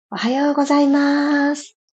おはようございます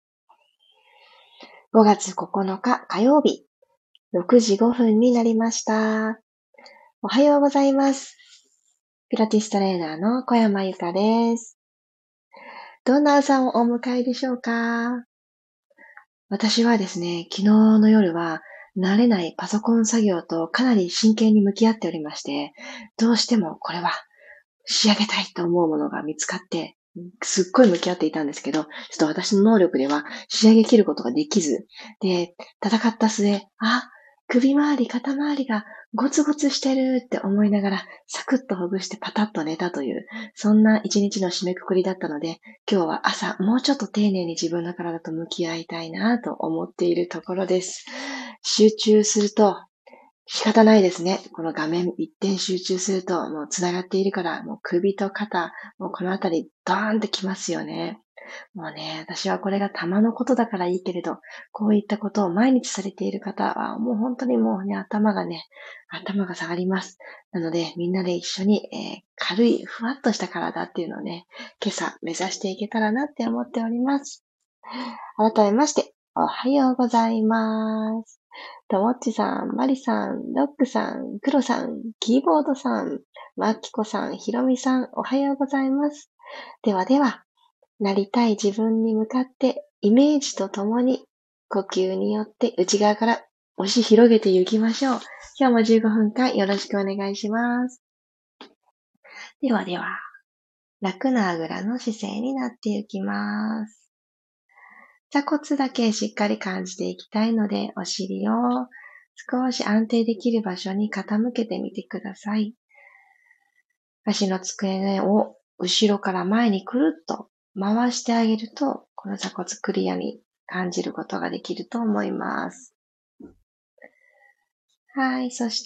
。5月9日火曜日、6時5分になりました。おはようございます。ピラティストレーナーの小山由かです。どんな朝をお迎えでしょうか？私はですね、昨日の夜は慣れないパソコン作業とかなり真剣に向き合っておりまして、どうしてもこれは仕上げたいと思うものが見つかって、すっごい向き合っていたんですけど、ちょっと私の能力では仕上げ切ることができず、で、戦った末、首周り、肩周りがゴツゴツしてるって思いながら、サクッとほぐしてパタッと寝たという、そんな一日の締めくくりだったので、今日は朝、もうちょっと丁寧に自分の体と向き合いたいなと思っているところです。集中すると、仕方ないですね。この画面一点集中すると、もう繋がっているから、もう首と肩、もうこのあたりドーンってきますよね。もうね、私はこれがたまのことだからいいけれど、こういったことを毎日されている方は、もう本当にもうね、頭が下がります。なので、みんなで一緒に、軽い、ふわっとした体っていうのをね、今朝目指していけたらなって思っております。改めまして、おはようございます。ともっちさん、まりさん、ロックさん、クロさん、キーボードさん、まきこさん、ひろみさん、おはようございます。ではでは、なりたい自分に向かって、イメージとともに、呼吸によって内側から押し広げていきましょう。今日も15分間よろしくお願いします。ではでは、楽なあぐらの姿勢になっていきます。座骨だけしっかり感じていきたいので、お尻を少し安定できる場所に傾けてみてください。足の付け根を後ろから前にくるっと回してあげると、この座骨クリアに感じることができると思います。はい。そして、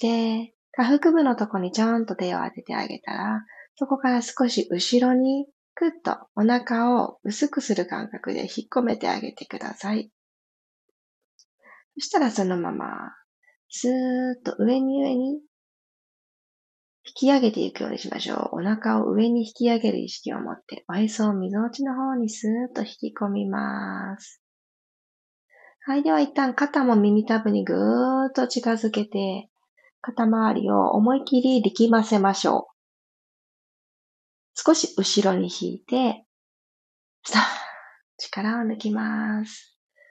下腹部のとこにちょんと手を当ててあげたら、そこから少し後ろにくっとお腹を薄くする感覚で引っ込めてあげてください。そしたらそのまま、スーッと上に引き上げていくようにしましょう。お腹を上に引き上げる意識を持って、おへそを溝落ちの方にスーッと引き込みます。はい。では一旦肩も耳たぶにぐーっと近づけて、肩周りを思い切り力ませましょう。少し後ろに引いて、スターッ力を抜きます。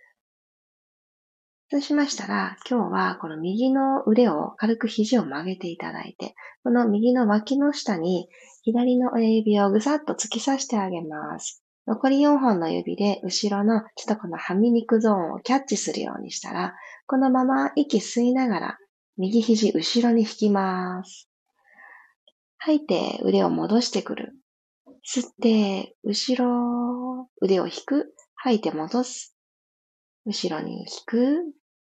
そうしましたら、今日はこの右の腕を軽く肘を曲げていただいて、この右の脇の下に左の親指をぐさっと突き刺してあげます。残り4本の指で後ろのちょっとこのはみ肉ゾーンをキャッチするようにしたら、このまま息吸いながら右肘後ろに引きます。吐いて腕を戻してくる。吸って後ろ腕を引く。吐いて戻す。後ろに引く。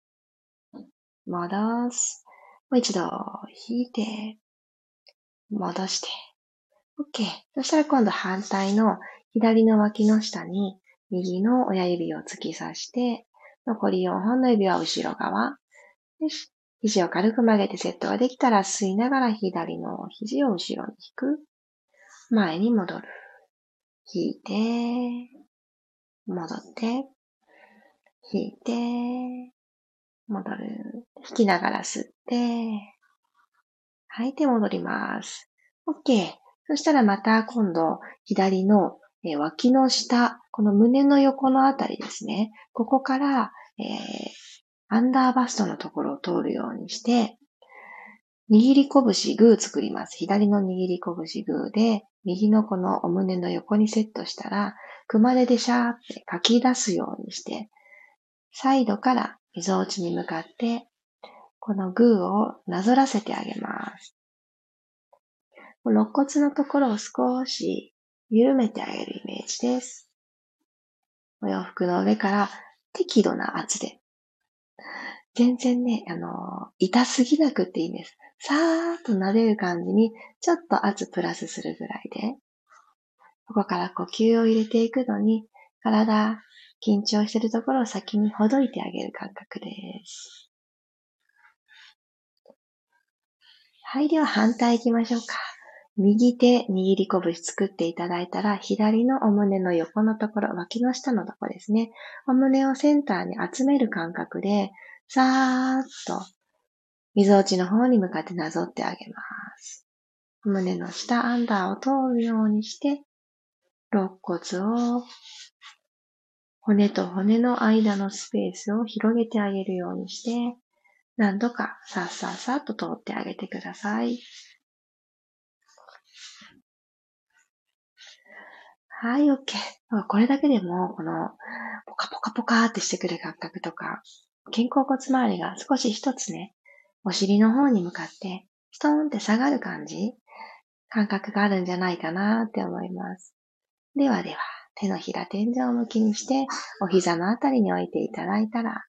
戻す。もう一度引いて、戻して。OK。そしたら今度反対の左の脇の下に右の親指を突き刺して、残り4本の指は後ろ側。よし。肘を軽く曲げてセットができたら吸いながら左の肘を後ろに引く。前に戻る。引いて、戻って、引いて、戻る。引きながら吸って、吐いて戻ります。OK。そしたらまた今度、左の脇の下、この胸の横のあたりですね。ここから、アンダーバストのところを通るようにして、握り拳グー作ります。左の握り拳グーで、右のこのお胸の横にセットしたら、熊手でシャーって書き出すようにして、サイドから溝落ちに向かって、このグーをなぞらせてあげます。肋骨のところを少し緩めてあげるイメージです。お洋服の上から適度な圧で。全然ね、痛すぎなくていいんです。さーっと撫でる感じに、ちょっと圧プラスするぐらいで。ここから呼吸を入れていくのに、体、緊張しているところを先にほどいてあげる感覚です。はい、では反対行きましょうか。 右手握り拳作っていただいたら、左のお胸の横のところ、脇の下のところですね。お胸をセンターに集める感覚で、さーっと、みぞおちの方に向かってなぞってあげます。胸の下アンダーを通るようにして、肋骨を骨と骨の間のスペースを広げてあげるようにして、何度かさっさっさっと通ってあげてください。はい、OK。これだけでも、この、ポカポカポカーってしてくる感覚とか、肩甲骨周りが少し一つね、お尻の方に向かって、ストーンって下がる感覚があるんじゃないかなって思います。ではでは、手のひら天井向きにして、お膝のあたりに置いていただいたら、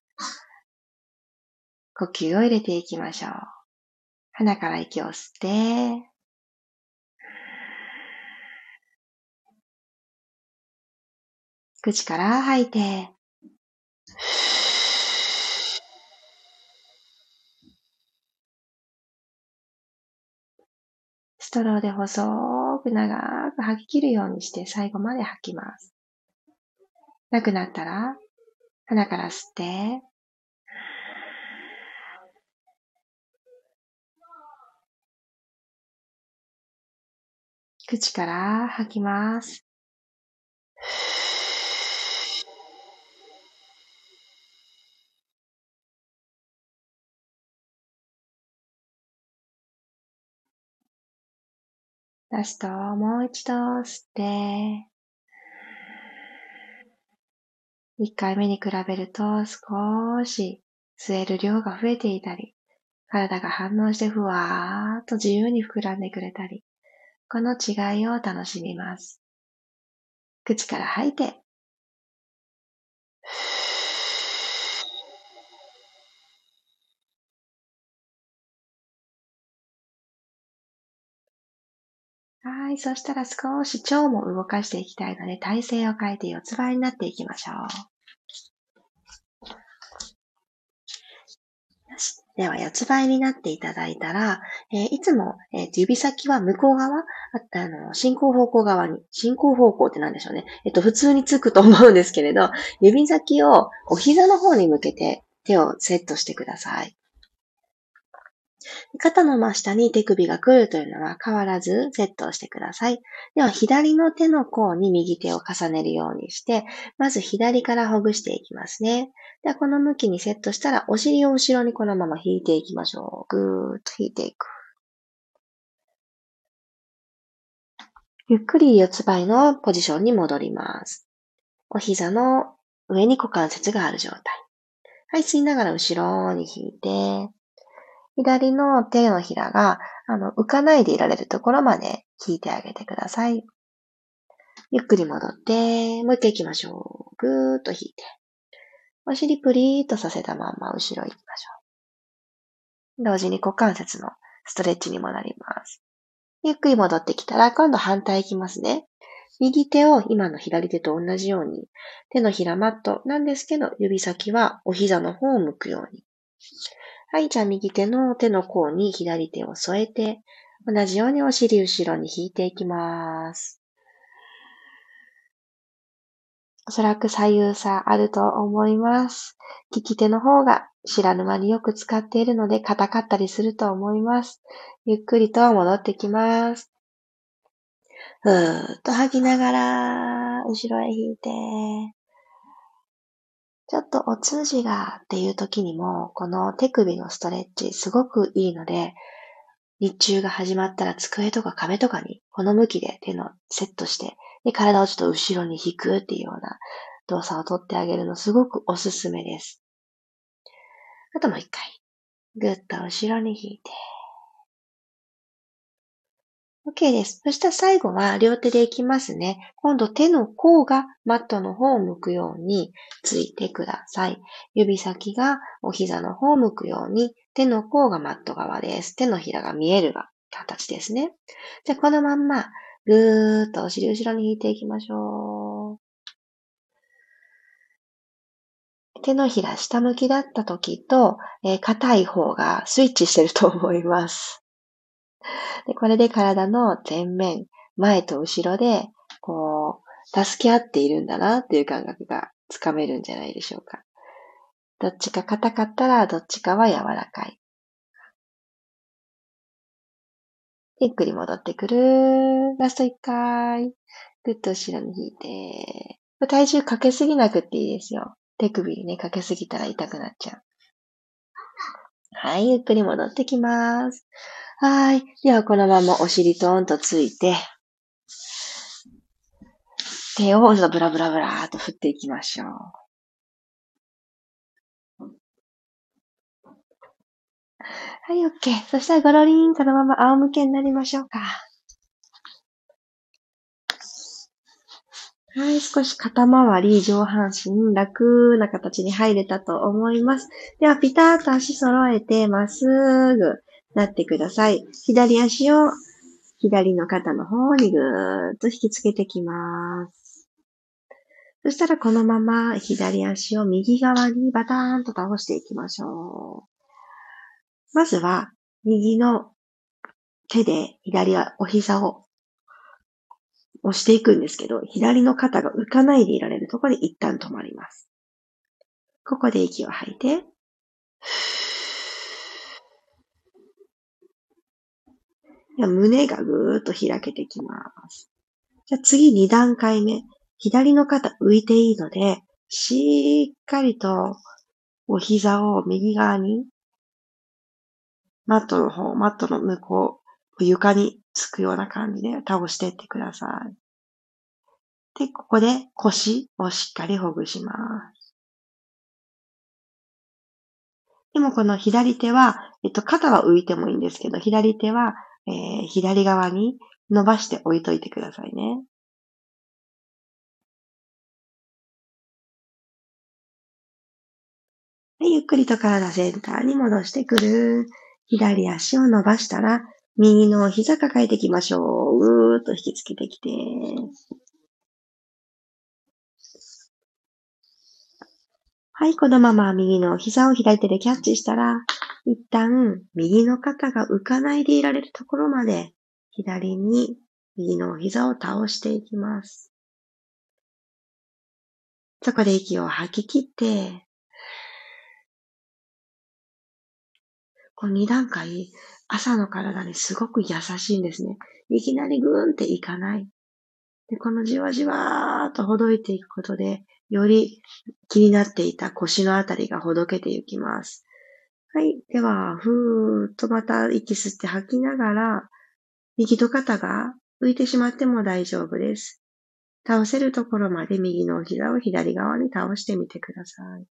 呼吸を入れていきましょう。鼻から息を吸って、口から吐いて、ストローで細く長く吐き切るようにして最後まで吐きます。なくなったら、鼻から吸って、口から吐きます。ラスト、もう一度吸って、1回目に比べると少し吸える量が増えていたり、体が反応してふわーっと自由に膨らんでくれたり、この違いを楽しみます。口から吐いて、はい。そしたら少し腸も動かしていきたいので、体勢を変えて四つ倍になっていきましょう。よし。では、四つ倍になっていただいたら、いつも、指先は向こう側、進行方向側に、進行方向って何でしょうね。普通につくと思うんですけれど、指先をお膝の方に向けて手をセットしてください。肩の真下に手首が来るというのは変わらずセットをしてください。では、左の手の甲に右手を重ねるようにして、まず左からほぐしていきますね。では、この向きにセットしたら、お尻を後ろにこのまま引いていきましょう。ぐーっと引いていく。ゆっくり四つ倍のポジションに戻ります。お膝の上に股関節がある状態。はい、吸いながら後ろに引いて、左の手のひらが、浮かないでいられるところまで引いてあげてください。ゆっくり戻って、もう一回行きましょう。ぐーっと引いて。お尻プリーっとさせたまんま後ろ行きましょう。同時に股関節のストレッチにもなります。ゆっくり戻ってきたら、今度反対行きますね。右手を今の左手と同じように、手のひらマットなんですけど、指先はお膝の方を向くように。はい、じゃあ右手の手の甲に左手を添えて、同じようにお尻後ろに引いていきます。おそらく左右差あると思います。利き手の方が知らぬ間によく使っているので硬かったりすると思います。ゆっくりと戻ってきます。ふーっと吐きながら、後ろへ引いて、ちょっとお通じがっていう時にも、この手首のストレッチすごくいいので、日中が始まったら机とか壁とかにこの向きで手のセットして、で、体をちょっと後ろに引くっていうような動作をとってあげるのすごくおすすめです。あともう一回。ぐっと後ろに引いて。OK です。そしたら最後は両手でいきますね。今度手の甲がマットの方を向くようについてください。指先がお膝の方を向くように手の甲がマット側です。手のひらが見える形ですね。じゃあこのまんまぐーっとお尻後ろに引いていきましょう。手のひら下向きだった時と、硬い方がスイッチしてると思います。 で、これで体の前面、前と後ろで、助け合っているんだなっていう感覚がつかめるんじゃないでしょうか。どっちか硬かったら、どっちかは柔らかい。ゆっくり戻ってくる。ラスト1回。ぐっと後ろに引いて。体重かけすぎなくていいですよ。手首にね、かけすぎたら痛くなっちゃう。はい、ゆっくり戻ってきます。はい。では、このままお尻トーンとついて、手をブラブラブラーっと振っていきましょう。はい、OK。そしたらゴロリン、このまま仰向けになりましょうか。はい、少し肩周り、上半身、楽な形に入れたと思います。では、ピタッと足揃えて、まっすぐなってください。左足を左の肩の方にぐーっと引きつけてきます。そしたらこのまま左足を右側にバターンと倒していきましょう。まずは、右の手で左はお膝を押していくんですけど、左の肩が浮かないでいられるところで一旦止まります。ここで息を吐いて、胸がぐーっと開けてきます。じゃあ次2段階目。左の肩浮いていいので、しっかりとお膝を右側に、マットの向こう、床につくような感じで倒していってください。で、ここで腰をしっかりほぐします。でもこの左手は、肩は浮いてもいいんですけど、左手は、左側に伸ばして置いといてくださいね。で、ゆっくりと体センターに戻してくる。左足を伸ばしたら、右の膝抱えていきましょう。うーっと引きつけてきて。はい、このまま右の膝を左手でキャッチしたら、一旦右の肩が浮かないでいられるところまで、左に右の膝を倒していきます。そこで息を吐き切って、この2段階、朝の体にすごく優しいんですね。いきなりグーンっていかない。で、このじわじわーっとほどいていくことで、より気になっていた腰のあたりがほどけていきます。はい。では、ふーっとまた息吸って吐きながら、右と肩が浮いてしまっても大丈夫です。倒せるところまで右の膝を左側に倒してみてください。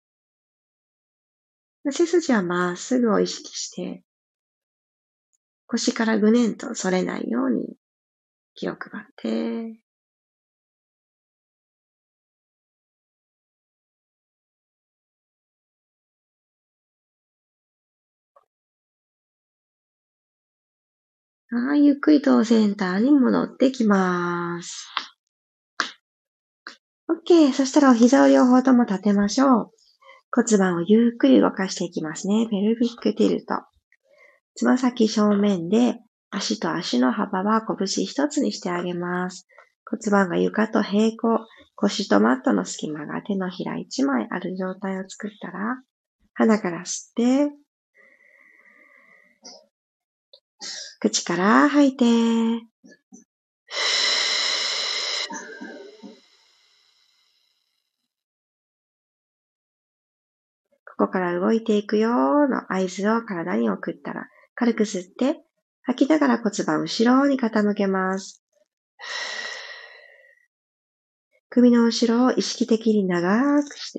背筋はまっすぐを意識して、腰からぐねんと反れないように気を配って、はい、ゆっくりとセンターに戻ってきます。OK。そしたらお膝を両方とも立てましょう。骨盤をゆっくり動かしていきますね。ペルビックティルト。つま先正面で足と足の幅は拳一つにしてあげます。骨盤が床と平行。腰とマットの隙間が手のひら一枚ある状態を作ったら、鼻から吸って、口から吐いて、ここから動いていくよーの合図を体に送ったら、軽く吸って、吐きながら骨盤後ろに傾けます。首の後ろを意識的に長くして、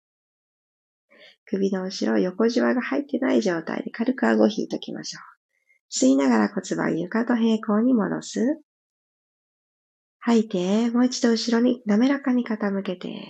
首の後ろ横じわが入ってない状態で軽く顎を引いておきましょう。吸いながら骨盤床と平行に戻す。吐いて、もう一度後ろに滑らかに傾けて、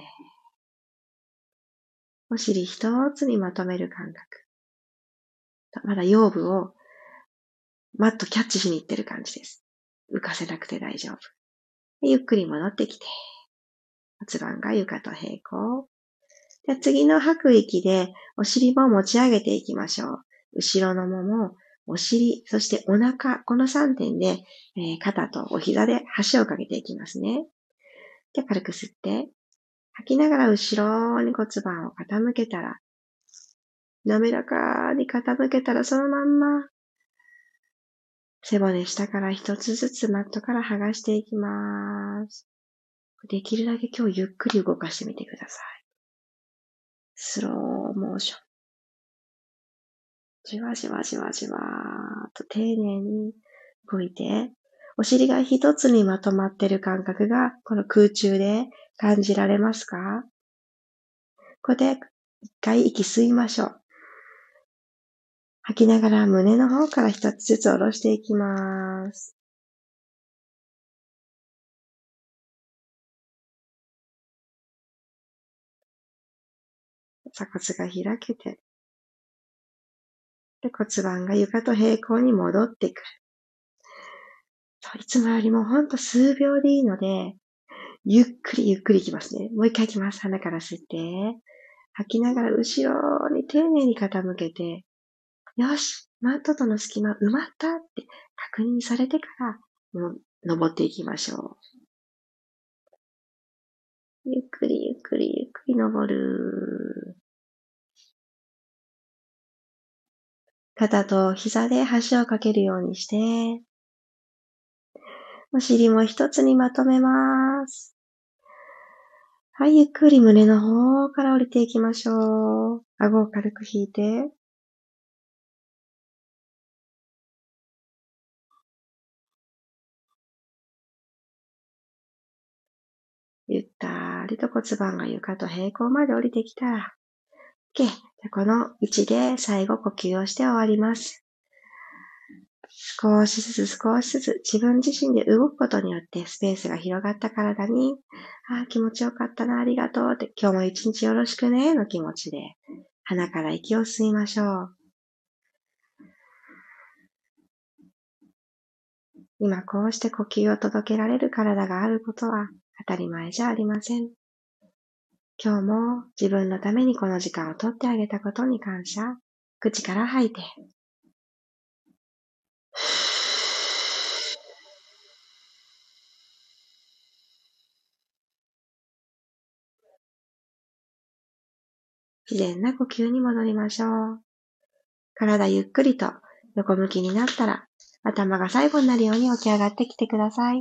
お尻一つにまとめる感覚。まだ腰部をマットキャッチしに行ってる感じです。浮かせなくて大丈夫。ゆっくり戻ってきて、骨盤が床と平行。で次の吐く息でお尻も持ち上げていきましょう。後ろのもも、 お尻、そしてお腹、この3点で、肩とお膝で橋をかけていきますね。で、軽く吸って、吐きながら後ろに骨盤を傾けたら、滑らかに傾けたらそのまんま、背骨下から一つずつマットから剥がしていきます。できるだけ今日ゆっくり動かしてみてください。スローモーション。じわじわじわじわーっと丁寧に動いて、お尻が一つにまとまっている感覚がこの空中で感じられますか？ここで一回息吸いましょう。吐きながら胸の方から一つずつ下ろしていきます。鎖骨が開けて、で骨盤が床と平行に戻ってくる。いつもよりもほんと数秒でいいので、ゆっくりゆっくりいきますね。もう一回いきます。鼻から吸って。吐きながら後ろに丁寧に傾けて、よし、マットとの隙間埋まったって確認されてから、登っていきましょう。ゆっくりゆっくりゆっくり登る。肩と膝で橋をかけるようにして、お尻も一つにまとめます。はい、ゆっくり胸の方から降りていきましょう。顎を軽く引いて、ゆったりと骨盤が床と平行まで降りてきたら、OK。この位置で最後呼吸をして終わります。少しずつ少しずつ自分自身で動くことによってスペースが広がった体に、気持ちよかったな、ありがとうって、今日も一日よろしくね、の気持ちで、鼻から息を吸いましょう。今こうして呼吸を届けられる体があることは当たり前じゃありません。今日も自分のためにこの時間を取ってあげたことに感謝。口から吐いて。自然な呼吸に戻りましょう。体ゆっくりと横向きになったら、頭が最後になるように起き上がってきてください。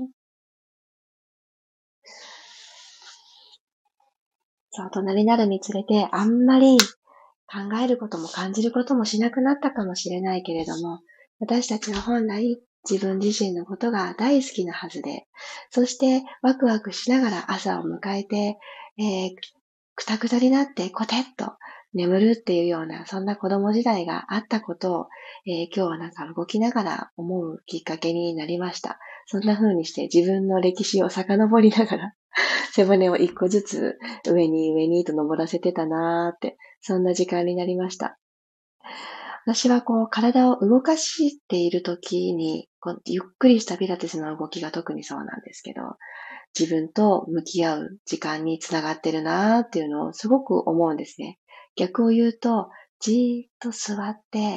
そう、大人になるにつれて、あんまり考えることも感じることもしなくなったかもしれないけれども、私たちは本来自分自身のことが大好きなはずで、そしてワクワクしながら朝を迎えて、くたくたになってコテッと眠るっていうような、そんな子供時代があったことを、今日はなんか動きながら思うきっかけになりました。そんな風にして自分の歴史を遡りながら背骨を一個ずつ上に上にと登らせてたなーって、そんな時間になりました。私はこう体を動かしている時に、ゆっくりしたピラティスの動きが特にそうなんですけど、自分と向き合う時間につながってるなーっていうのをすごく思うんですね。逆を言うと、じーっと座って、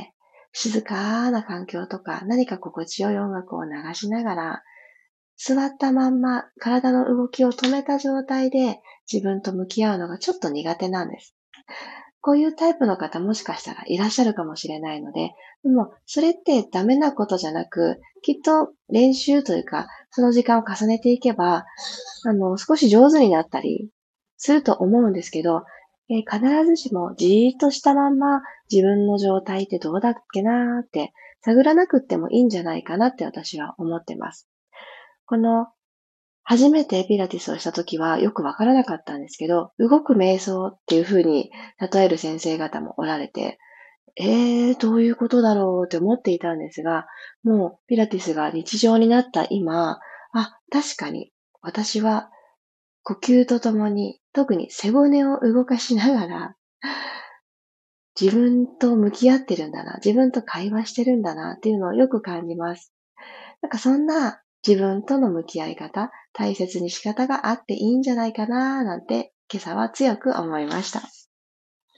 静かな環境とか何か心地よい音楽を流しながら、座ったまんま体の動きを止めた状態で自分と向き合うのがちょっと苦手なんです。こういうタイプの方もしかしたらいらっしゃるかもしれないので、でもそれってダメなことじゃなく、きっと練習というか、その時間を重ねていけば、少し上手になったりすると思うんですけど、必ずしもじーっとしたまんま自分の状態ってどうだっけなーって探らなくってもいいんじゃないかなって私は思ってます。この初めてピラティスをしたときはよくわからなかったんですけど、動く瞑想っていう風に例える先生方もおられて、どういうことだろうって思っていたんですが、もうピラティスが日常になった今、確かに私は呼吸とともに、特に背骨を動かしながら、自分と向き合ってるんだな、自分と会話してるんだなっていうのをよく感じます。なんかそんな自分との向き合い方、大切に仕方があっていいんじゃないかななんて今朝は強く思いました。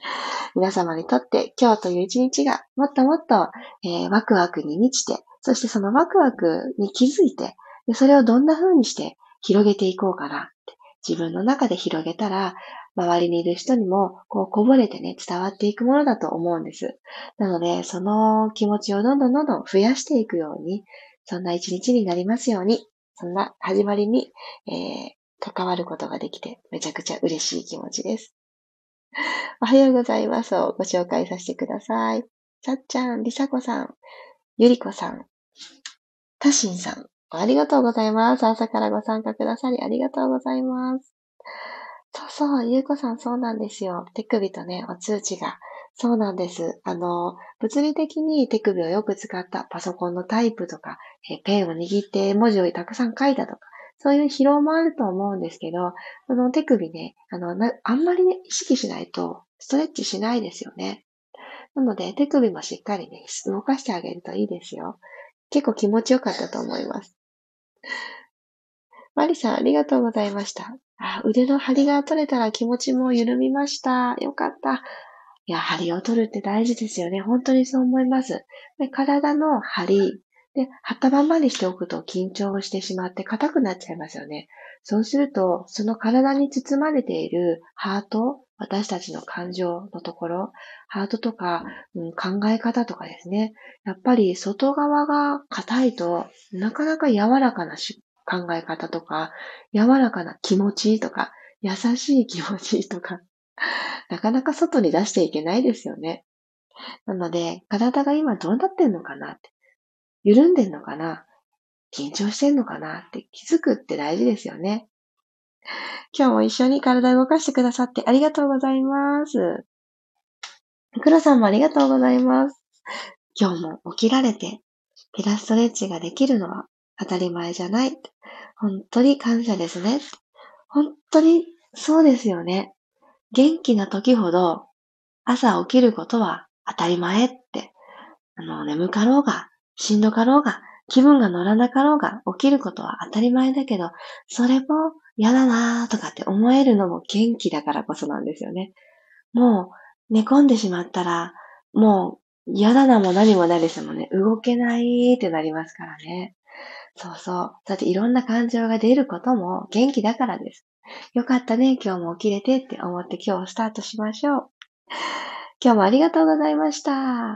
皆様にとって今日という一日がもっともっと、ワクワクに満ちて、そしてそのワクワクに気づいて、でそれをどんな風にして広げていこうかなって自分の中で広げたら、周りにいる人にもこうこぼれてね、伝わっていくものだと思うんです。なので、その気持ちをどんどんどんどん増やしていくように、そんな一日になりますように、そんな始まりに、関わることができてめちゃくちゃ嬉しい気持ちです。おはようございますをご紹介させてください。さっちゃん、りさこさん、ゆりこさん、たしんさん、ありがとうございます。朝からご参加くださりありがとうございます。そうそう、ゆうこさんそうなんですよ。手首とね、お通知が。そうなんです。物理的に手首をよく使ったパソコンのタイプとか、ペンを握って文字をたくさん書いたとか、そういう疲労もあると思うんですけど、この手首ね、あんまりね、意識しないとストレッチしないですよね。なので、手首もしっかりね、動かしてあげるといいですよ。結構気持ちよかったと思います。マリさん、ありがとうございました。腕の張りが取れたら気持ちも緩みました。よかった。いや、張りを取るって大事ですよね。本当にそう思います。で、体の張り、で、張ったまんまにしておくと緊張してしまって硬くなっちゃいますよね。そうすると、その体に包まれているハート、私たちの感情のところ、ハートとか、考え方とかですね。やっぱり外側が硬いとなかなか柔らかな考え方とか、柔らかな気持ちとか、優しい気持ちとか、なかなか外に出していけないですよね。なので、体が今どうなってんのかなって、緩んでんのかな、緊張してんのかなって気づくって大事ですよね。今日も一緒に体を動かしてくださってありがとうございます。黒さんもありがとうございます。今日も起きられて、ピラストレッチができるのは当たり前じゃない。本当に感謝ですね。本当にそうですよね。元気な時ほど朝起きることは当たり前って、眠かろうが、しんどかろうが、気分が乗らなかろうが、起きることは当たり前だけど、それも嫌だなーとかって思えるのも元気だからこそなんですよね。もう寝込んでしまったら、もう嫌だなも何もないですもんね。動けないってなりますからね。そうそう。だっていろんな感情が出ることも元気だからです。よかったね、今日も起きれてって思って今日をスタートしましょう。今日もありがとうございました。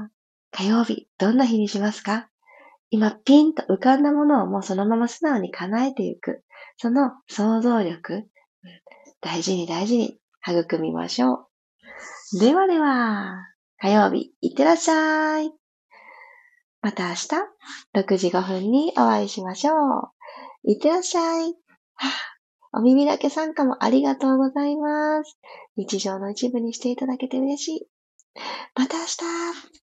火曜日、どんな日にしますか？今ピンと浮かんだものをもうそのまま素直に叶えていく。その想像力、大事に大事に育みましょう。ではでは、火曜日、いってらっしゃい。また明日、6時5分にお会いしましょう。いってらっしゃい。お耳だけ参加もありがとうございます。日常の一部にしていただけて嬉しい。また明日。